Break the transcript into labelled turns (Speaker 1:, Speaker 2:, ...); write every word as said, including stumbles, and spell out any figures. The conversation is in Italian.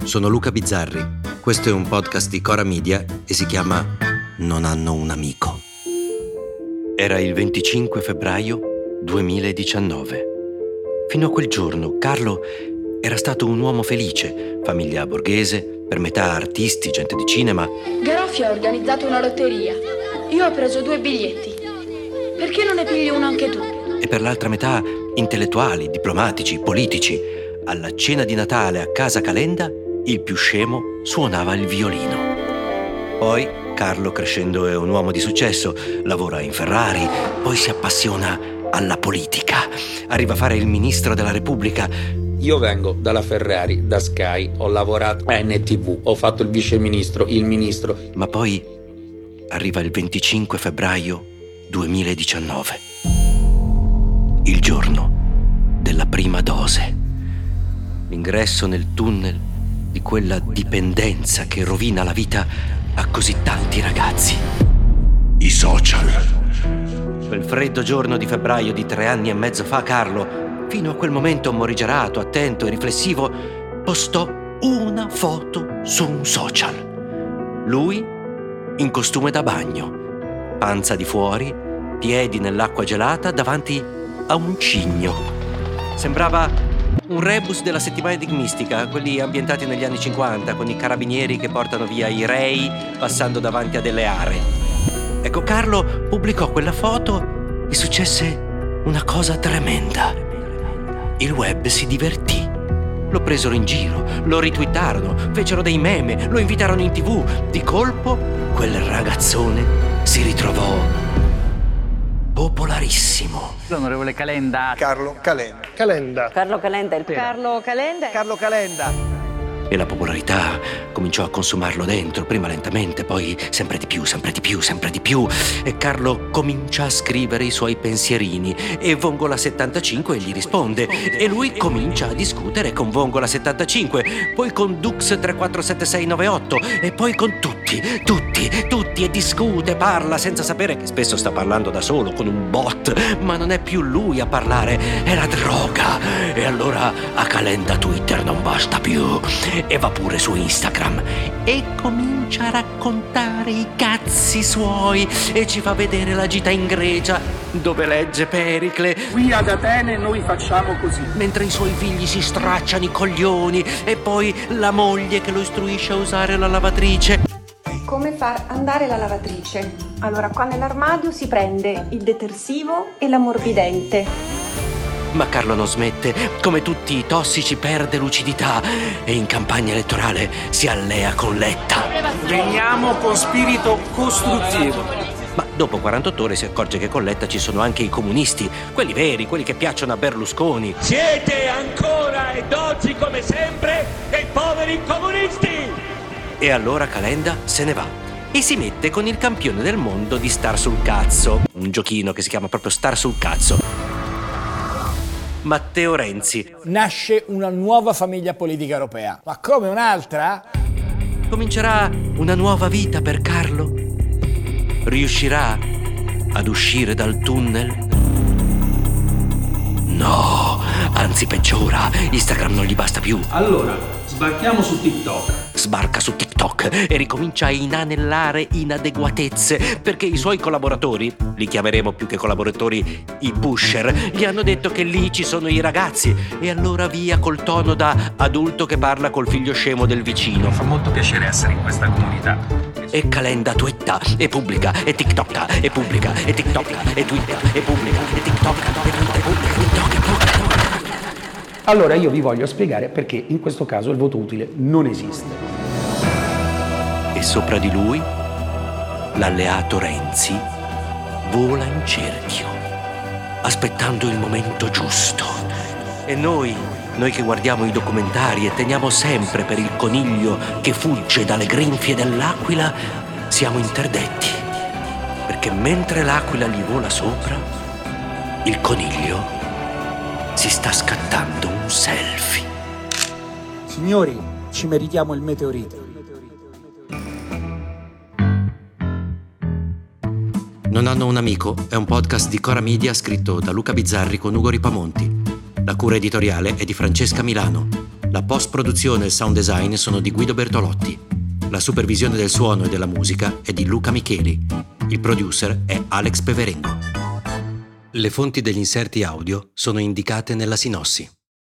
Speaker 1: sono Luca Bizzarri. Questo è un podcast di Cora Media e si chiama Non hanno un amico. Era il venticinque febbraio duemiladiciannove. Fino a quel giorno Carlo era stato un uomo felice, famiglia borghese, per metà artisti, gente di cinema.
Speaker 2: Garoffi ha organizzato una lotteria. Io ho preso due biglietti. Perché non ne pigli uno anche tu?
Speaker 1: E per l'altra metà intellettuali, diplomatici, politici. Alla cena di Natale a casa Calenda, il più scemo suonava il violino. Poi Carlo, crescendo, è un uomo di successo, lavora in Ferrari, poi si appassiona alla politica. Arriva a fare il ministro della Repubblica.
Speaker 3: Io vengo dalla Ferrari, da Sky, ho lavorato a N T V, ho fatto il viceministro, il ministro.
Speaker 1: Ma poi arriva il venticinque febbraio duemiladiciannove. Il giorno della prima dose. L'ingresso nel tunnel di quella dipendenza che rovina la vita a così tanti ragazzi. I social. Quel freddo giorno di febbraio di tre anni e mezzo fa, Carlo, fino a quel momento morigerato, attento e riflessivo, postò una foto su un social. Lui in costume da bagno, panza di fuori, piedi nell'acqua gelata davanti a un cigno. Sembrava un rebus della settimana enigmistica, quelli ambientati negli anni cinquanta, con i carabinieri che portano via i rei passando davanti a delle are. Ecco, Carlo pubblicò quella foto e successe una cosa tremenda. Il web si divertì. Lo presero in giro, lo ritwittarono, fecero dei meme, lo invitarono in tv. Di colpo, quel ragazzone si ritrovò popolarissimo.
Speaker 4: L'onorevole Calenda.
Speaker 5: Carlo Calenda. Calenda.
Speaker 6: Carlo Calenda. Il
Speaker 7: Carlo Calenda.
Speaker 5: Carlo Calenda.
Speaker 1: E la popolarità cominciò a consumarlo dentro, prima lentamente, poi sempre di più, sempre di più, sempre di più. E Carlo comincia a scrivere i suoi pensierini e Vongola settantacinque gli risponde. E lui comincia a discutere con Vongola settantacinque, poi con Dux tre quattro sette sei nove otto e poi con tutti, tutti, tutti e discute, parla senza sapere che spesso sta parlando da solo con un bot, ma non è più lui a parlare, è la droga. E allora a Calenda Twitter non basta più. E va pure su Instagram e comincia a raccontare i cazzi suoi e ci fa vedere la gita in Grecia dove legge Pericle.
Speaker 8: Qui ad Atene noi facciamo così.
Speaker 1: Mentre i suoi figli si stracciano i coglioni e poi la moglie che lo istruisce a usare la lavatrice.
Speaker 9: Come far andare la lavatrice? Allora, qua nell'armadio si prende il detersivo e l'ammorbidente.
Speaker 1: Ma Carlo non smette, come tutti i tossici perde lucidità e in campagna elettorale si allea con Letta.
Speaker 8: Veniamo con spirito costruttivo.
Speaker 1: Ma dopo quarantotto ore si accorge che con Letta ci sono anche i comunisti, quelli veri, quelli che piacciono a Berlusconi.
Speaker 10: Siete ancora ed oggi come sempre dei poveri comunisti!
Speaker 1: E allora Calenda se ne va e si mette con il campione del mondo di Star sul Cazzo, un giochino che si chiama proprio Star sul Cazzo, Matteo Renzi.
Speaker 11: Nasce una nuova famiglia politica europea. Ma come un'altra?
Speaker 1: Comincerà una nuova vita per Carlo? Riuscirà ad uscire dal tunnel? No, anzi peggiora. Instagram non gli basta più.
Speaker 12: Allora, sbarchiamo su TikTok.
Speaker 1: Sbarca su TikTok e ricomincia a inanellare inadeguatezze perché i suoi collaboratori, li chiameremo più che collaboratori i pusher, gli hanno detto che lì ci sono i ragazzi e allora via col tono da adulto che parla col figlio scemo del vicino.
Speaker 12: Fa molto piacere essere in questa comunità.
Speaker 1: E Calenda twitta e pubblica e TikToka e pubblica e TikToka e twitta e pubblica e TikToka e twitta e pubblica e TikToka e pubblica.
Speaker 13: Allora io vi voglio spiegare perché in questo caso il voto utile non esiste.
Speaker 1: E sopra di lui l'alleato Renzi vola in cerchio, aspettando il momento giusto. E noi, noi che guardiamo i documentari e teniamo sempre per il coniglio che fugge dalle grinfie dell'aquila, siamo interdetti. Perché mentre l'aquila gli vola sopra, il coniglio si sta scattando un selfie.
Speaker 11: Signori, ci meritiamo il meteorite.
Speaker 1: Non hanno un amico è un podcast di Cora Media scritto da Luca Bizzarri con Ugo Ripamonti. La cura editoriale è di Francesca Milano. La post-produzione e il sound design sono di Guido Bertolotti. La supervisione del suono e della musica è di Luca Micheli. Il producer è Alex Peverengo. Le fonti degli inserti audio sono indicate nella sinossi.